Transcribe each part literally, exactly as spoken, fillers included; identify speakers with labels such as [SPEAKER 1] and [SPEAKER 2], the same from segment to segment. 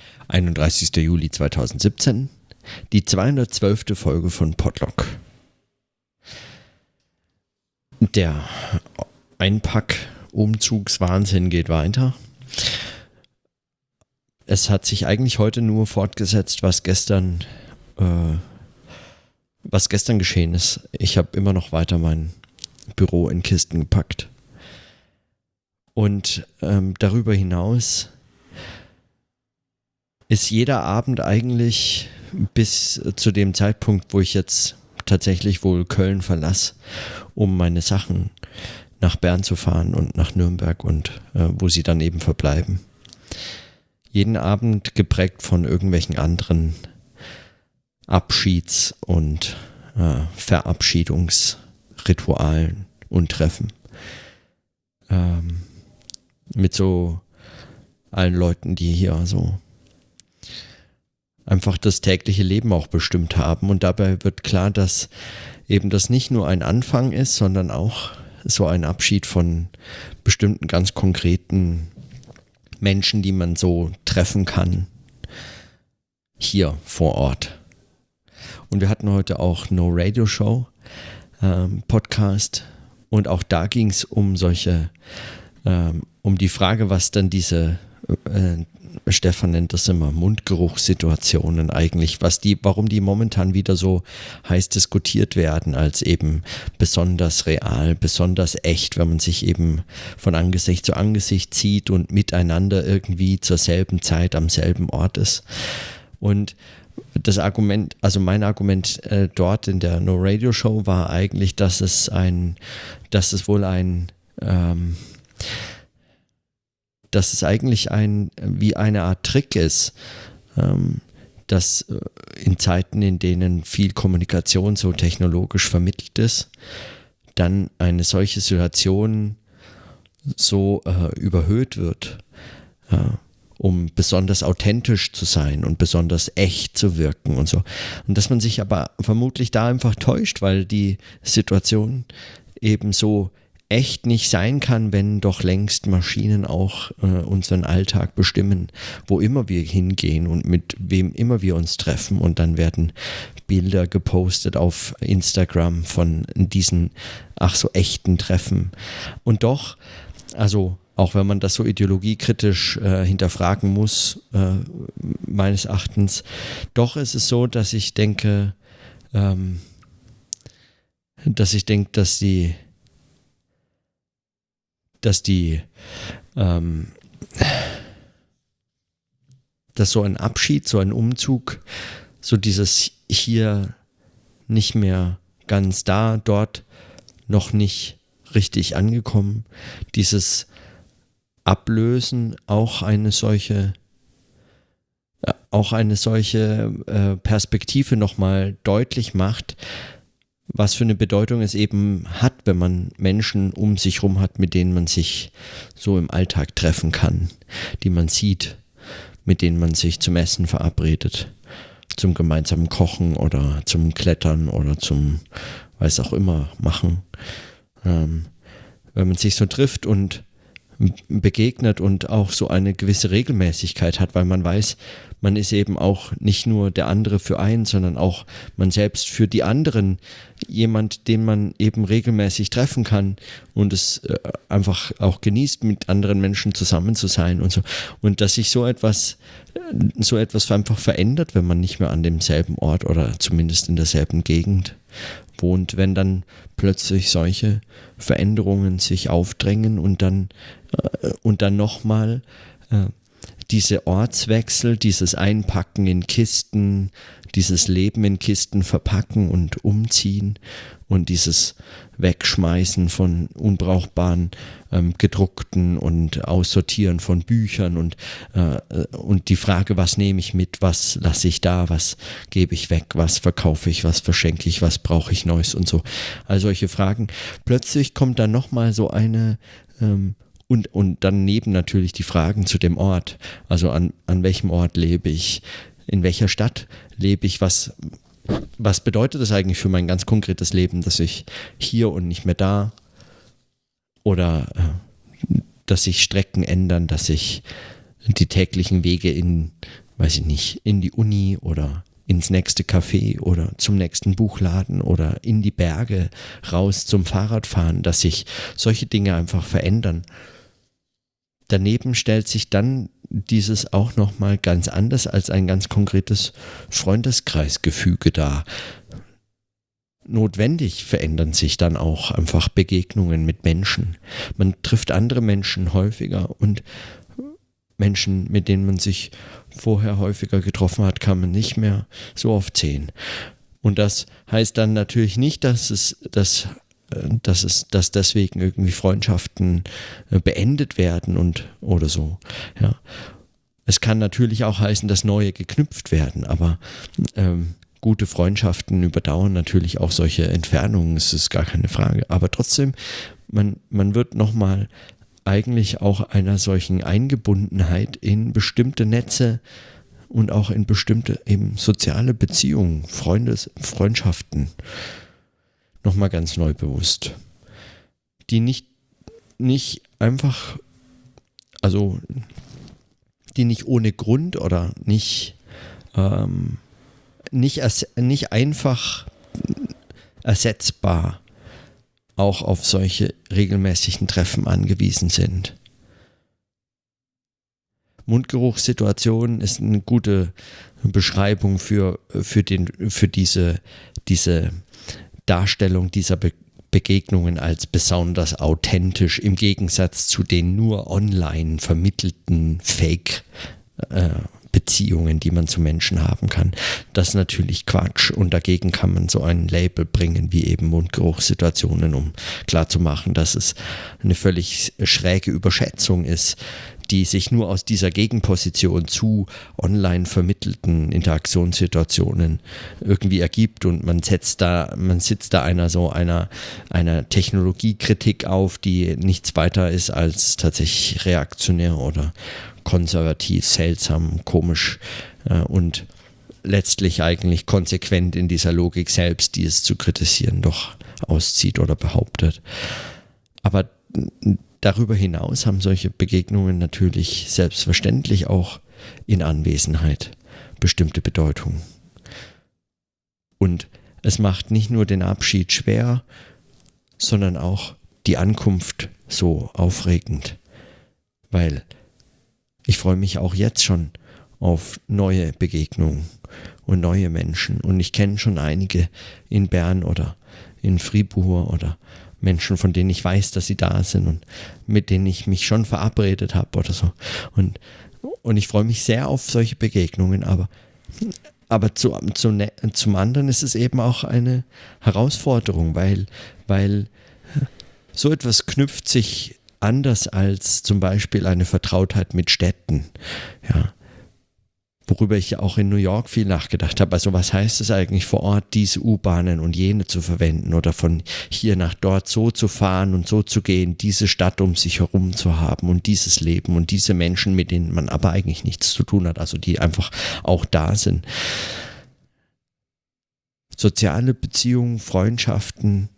[SPEAKER 1] einunddreißigster Juli zweitausendsiebzehn, die zweihundertzwölfte Folge von Podlog. Der Einpack-Umzugswahnsinn geht weiter. Es hat sich eigentlich heute nur fortgesetzt, was gestern, äh, was gestern geschehen ist. Ich habe immer noch weiter mein Büro in Kisten gepackt. Und ähm, darüber hinaus ist jeder Abend eigentlich bis zu dem Zeitpunkt, wo ich jetzt tatsächlich wohl Köln verlasse, um meine Sachen nach Bern zu fahren und nach Nürnberg und äh, wo sie dann eben verbleiben. Jeden Abend geprägt von irgendwelchen anderen Abschieds- und äh, Verabschiedungsritualen und Treffen. Ähm, mit so allen Leuten, die hier so einfach das tägliche Leben auch bestimmt haben. Und dabei wird klar, dass eben das nicht nur ein Anfang ist, sondern auch so ein Abschied von bestimmten ganz konkreten Menschen, die man so treffen kann, hier vor Ort. Und wir hatten heute auch No Radio Show ähm, Podcast und auch da ging es um solche, ähm, um die Frage, was dann diese äh, Stefan nennt das immer Mundgeruchssituationen eigentlich, was die, warum die momentan wieder so heiß diskutiert werden als eben besonders real, besonders echt, wenn man sich eben von Angesicht zu Angesicht sieht und miteinander irgendwie zur selben Zeit am selben Ort ist. Und das Argument, also mein Argument äh, dort in der No Radio Show war eigentlich, dass es ein, dass es wohl ein ähm, dass es eigentlich ein, wie eine Art Trick ist, ähm, dass in Zeiten, in denen viel Kommunikation so technologisch vermittelt ist, dann eine solche Situation so äh, überhöht wird, äh, um besonders authentisch zu sein und besonders echt zu wirken und so. Und dass man sich aber vermutlich da einfach täuscht, weil die Situation eben so echt nicht sein kann, wenn doch längst Maschinen auch äh, unseren Alltag bestimmen, wo immer wir hingehen und mit wem immer wir uns treffen und dann werden Bilder gepostet auf Instagram von diesen ach so echten Treffen. Und doch, also auch wenn man das so ideologiekritisch äh, hinterfragen muss, äh, meines Erachtens, doch ist es so, dass ich denke, ähm, dass ich denke, dass die dass die, ähm, dass so ein Abschied, so ein Umzug, so dieses hier nicht mehr ganz da, dort noch nicht richtig angekommen, dieses Ablösen auch eine solche, äh, auch eine solche äh, Perspektive nochmal deutlich macht, was für eine Bedeutung es eben hat, wenn man Menschen um sich rum hat, mit denen man sich so im Alltag treffen kann, die man sieht, mit denen man sich zum Essen verabredet, zum gemeinsamen Kochen oder zum Klettern oder zum was auch immer machen. Ähm, wenn man sich so trifft und begegnet und auch so eine gewisse Regelmäßigkeit hat, weil man weiß, man ist eben auch nicht nur der andere für einen, sondern auch man selbst für die anderen, jemand, den man eben regelmäßig treffen kann und es äh, einfach auch genießt, mit anderen Menschen zusammen zu sein und so. Und dass sich so etwas, so etwas einfach verändert, wenn man nicht mehr an demselben Ort oder zumindest in derselben Gegend wohnt, wenn dann plötzlich solche Veränderungen sich aufdrängen und dann äh, und dann nochmal äh, diese Ortswechsel, dieses Einpacken in Kisten, dieses Leben in Kisten verpacken und umziehen und dieses Wegschmeißen von unbrauchbaren ähm, gedruckten und Aussortieren von Büchern und, äh, und die Frage, was nehme ich mit, was lasse ich da, was gebe ich weg, was verkaufe ich, was verschenke ich, was brauche ich Neues und so. All solche Fragen. Plötzlich kommt dann nochmal so eine ähm, Und, und daneben natürlich die Fragen zu dem Ort. Also an, an welchem Ort lebe ich? In welcher Stadt lebe ich? Was, was bedeutet das eigentlich für mein ganz konkretes Leben, dass ich hier und nicht mehr da? Oder äh, dass sich Strecken ändern, dass sich die täglichen Wege in weiß ich nicht, in die Uni oder ins nächste Café oder zum nächsten Buchladen oder in die Berge raus zum Fahrradfahren, dass sich solche Dinge einfach verändern. Daneben stellt sich dann dieses auch nochmal ganz anders als ein ganz konkretes Freundeskreisgefüge dar. Notwendig verändern sich dann auch einfach Begegnungen mit Menschen. Man trifft andere Menschen häufiger und Menschen, mit denen man sich vorher häufiger getroffen hat, kann man nicht mehr so oft sehen. Und das heißt dann natürlich nicht, dass es, dass, dass es, dass deswegen irgendwie Freundschaften beendet werden und oder so. Ja. Es kann natürlich auch heißen, dass neue geknüpft werden, aber ähm, gute Freundschaften überdauern natürlich auch solche Entfernungen, es ist gar keine Frage. Aber trotzdem, man, man wird nochmal eigentlich auch einer solchen Eingebundenheit in bestimmte Netze und auch in bestimmte eben soziale Beziehungen, Freundes, Freundschaften nochmal ganz neu bewusst. Die nicht, nicht einfach, also die nicht ohne Grund oder nicht, ähm, nicht, ers- nicht einfach ersetzbar auch auf solche regelmäßigen Treffen angewiesen sind. Mundgeruchssituation ist eine gute Beschreibung für, für, den, für diese, diese Darstellung dieser Be- Begegnungen als besonders authentisch im Gegensatz zu den nur online vermittelten Fake äh, Beziehungen, die man zu Menschen haben kann. Das ist natürlich Quatsch und dagegen kann man so ein Label bringen wie eben Mundgeruchssituationen, um klarzumachen, dass es eine völlig schräge Überschätzung ist, die sich nur aus dieser Gegenposition zu online vermittelten Interaktionssituationen irgendwie ergibt und man setzt da, man sitzt da einer so einer, einer Technologiekritik auf, die nichts weiter ist als tatsächlich reaktionär oder konservativ, seltsam, komisch äh, und letztlich eigentlich konsequent in dieser Logik selbst, die es zu kritisieren, doch auszieht oder behauptet. Aber darüber hinaus haben solche Begegnungen natürlich selbstverständlich auch in Anwesenheit bestimmte Bedeutung. Und es macht nicht nur den Abschied schwer, sondern auch die Ankunft so aufregend, weil ich freue mich auch jetzt schon auf neue Begegnungen und neue Menschen. Und ich kenne schon einige in Bern oder in Fribourg oder Menschen, von denen ich weiß, dass sie da sind und mit denen ich mich schon verabredet habe oder so. Und, und ich freue mich sehr auf solche Begegnungen, aber, aber zu, zu, zum anderen ist es eben auch eine Herausforderung, weil, weil so etwas knüpft sich anders als zum Beispiel eine Vertrautheit mit Städten, ja, worüber ich ja auch in New York viel nachgedacht habe. Also was heißt es eigentlich vor Ort, diese U-Bahnen und jene zu verwenden oder von hier nach dort so zu fahren und so zu gehen, diese Stadt um sich herum zu haben und dieses Leben und diese Menschen, mit denen man aber eigentlich nichts zu tun hat, also die einfach auch da sind. Soziale Beziehungen, Freundschaften,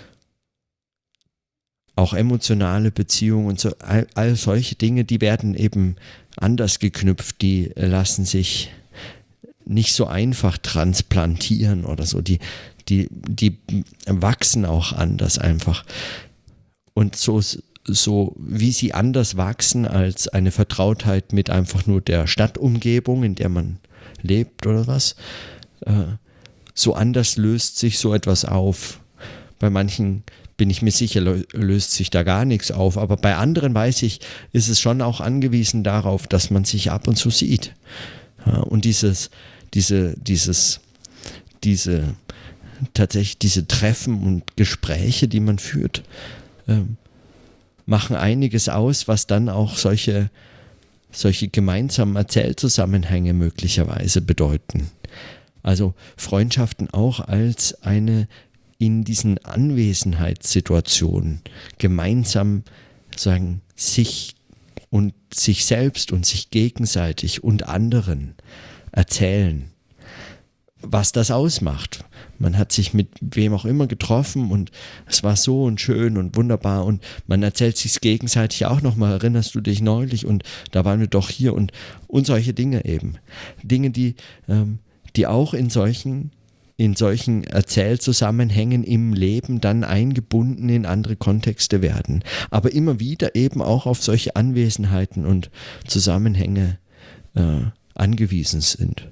[SPEAKER 1] auch emotionale Beziehungen und so, all, all solche Dinge, die werden eben anders geknüpft, die lassen sich nicht so einfach transplantieren oder so, die, die, die wachsen auch anders einfach. Und so, so wie sie anders wachsen als eine Vertrautheit mit einfach nur der Stadtumgebung, in der man lebt oder was, äh, so anders löst sich so etwas auf. Bei manchen bin ich mir sicher, löst sich da gar nichts auf. Aber bei anderen weiß ich, ist es schon auch angewiesen darauf, dass man sich ab und zu sieht. Ja, und dieses, diese, dieses, diese, tatsächlich diese Treffen und Gespräche, die man führt, ähm, machen einiges aus, was dann auch solche, solche gemeinsamen Erzählzusammenhänge möglicherweise bedeuten. Also Freundschaften auch als eine in diesen Anwesenheitssituationen gemeinsam sagen, sich und sich selbst und sich gegenseitig und anderen erzählen, was das ausmacht. Man hat sich mit wem auch immer getroffen und es war so und schön und wunderbar und man erzählt sich gegenseitig auch nochmal, erinnerst du dich neulich und da waren wir doch hier und, und solche Dinge eben. Dinge, die, ähm, die auch in solchen, in solchen Erzählzusammenhängen im Leben dann eingebunden in andere Kontexte werden. Aber immer wieder eben auch auf solche Anwesenheiten und Zusammenhänge äh, angewiesen sind.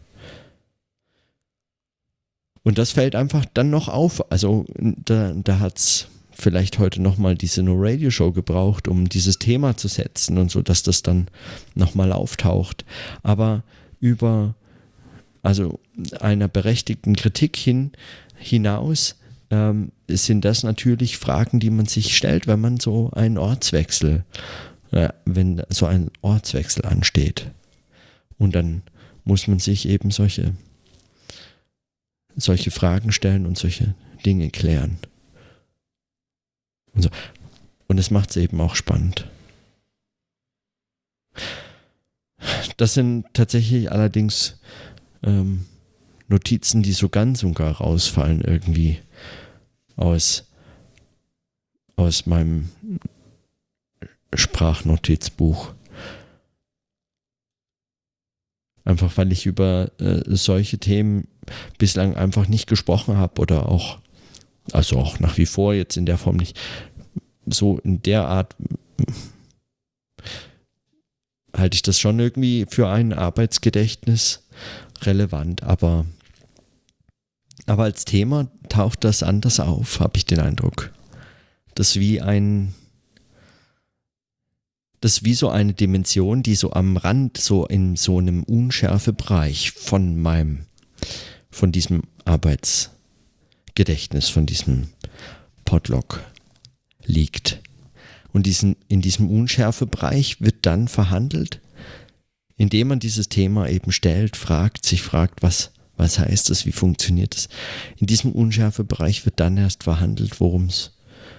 [SPEAKER 1] Und das fällt einfach dann noch auf. Also da, da hat es vielleicht heute nochmal diese No-Radio-Show gebraucht, um dieses Thema zu setzen und so, dass das dann nochmal auftaucht. Aber über also einer berechtigten Kritik hin, hinaus ähm, sind das natürlich Fragen, die man sich stellt, wenn man so einen Ortswechsel, äh, wenn so ein Ortswechsel ansteht. Und dann muss man sich eben solche solche Fragen stellen und solche Dinge klären. Und, so. Und es macht es eben auch spannend. Das sind tatsächlich allerdings ähm, Notizen, die so ganz und gar rausfallen irgendwie aus, aus meinem Sprachnotizbuch. Einfach weil ich über äh, solche Themen bislang einfach nicht gesprochen habe oder auch, also auch nach wie vor jetzt in der Form nicht, so in der Art halte ich das schon irgendwie für ein Arbeitsgedächtnis relevant, aber, aber als Thema taucht das anders auf, habe ich den Eindruck. Das ist wie ein Das ist wie so eine Dimension, die so am Rand, so in so einem Unschärfebereich von meinem, von diesem Arbeitsgedächtnis, von diesem Podlog liegt. Und diesen, in diesem Unschärfebereich wird dann verhandelt, indem man dieses Thema eben stellt, fragt, sich fragt, was, was heißt das, wie funktioniert das? In diesem Unschärfebereich wird dann erst verhandelt, worum es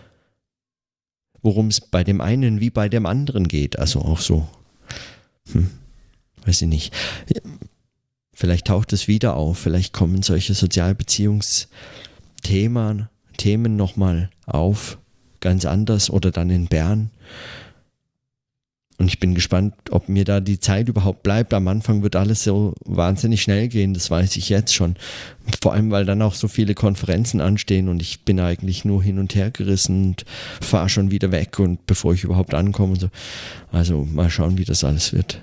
[SPEAKER 1] worum es bei dem einen wie bei dem anderen geht. Also auch so, hm, weiß ich nicht. Vielleicht taucht es wieder auf, vielleicht kommen solche Sozialbeziehungsthemen Themen nochmal auf, ganz anders oder dann in Bern. Und ich bin gespannt, ob mir da die Zeit überhaupt bleibt. Am Anfang wird alles so wahnsinnig schnell gehen, das weiß ich jetzt schon. Vor allem, weil dann auch so viele Konferenzen anstehen und ich bin eigentlich nur hin und her gerissen und fahre schon wieder weg und bevor ich überhaupt ankomme und so. Also mal schauen, wie das alles wird.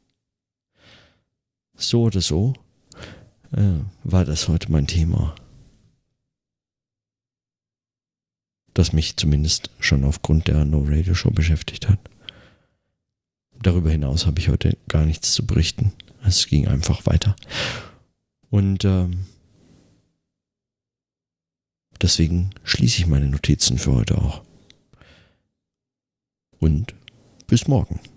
[SPEAKER 1] So oder so äh, war das heute mein Thema. Das mich zumindest schon aufgrund der No-Radio-Show beschäftigt hat. Darüber hinaus habe ich heute gar nichts zu berichten. Es ging einfach weiter. Und ähm, deswegen schließe ich meine Notizen für heute auch. Und bis morgen.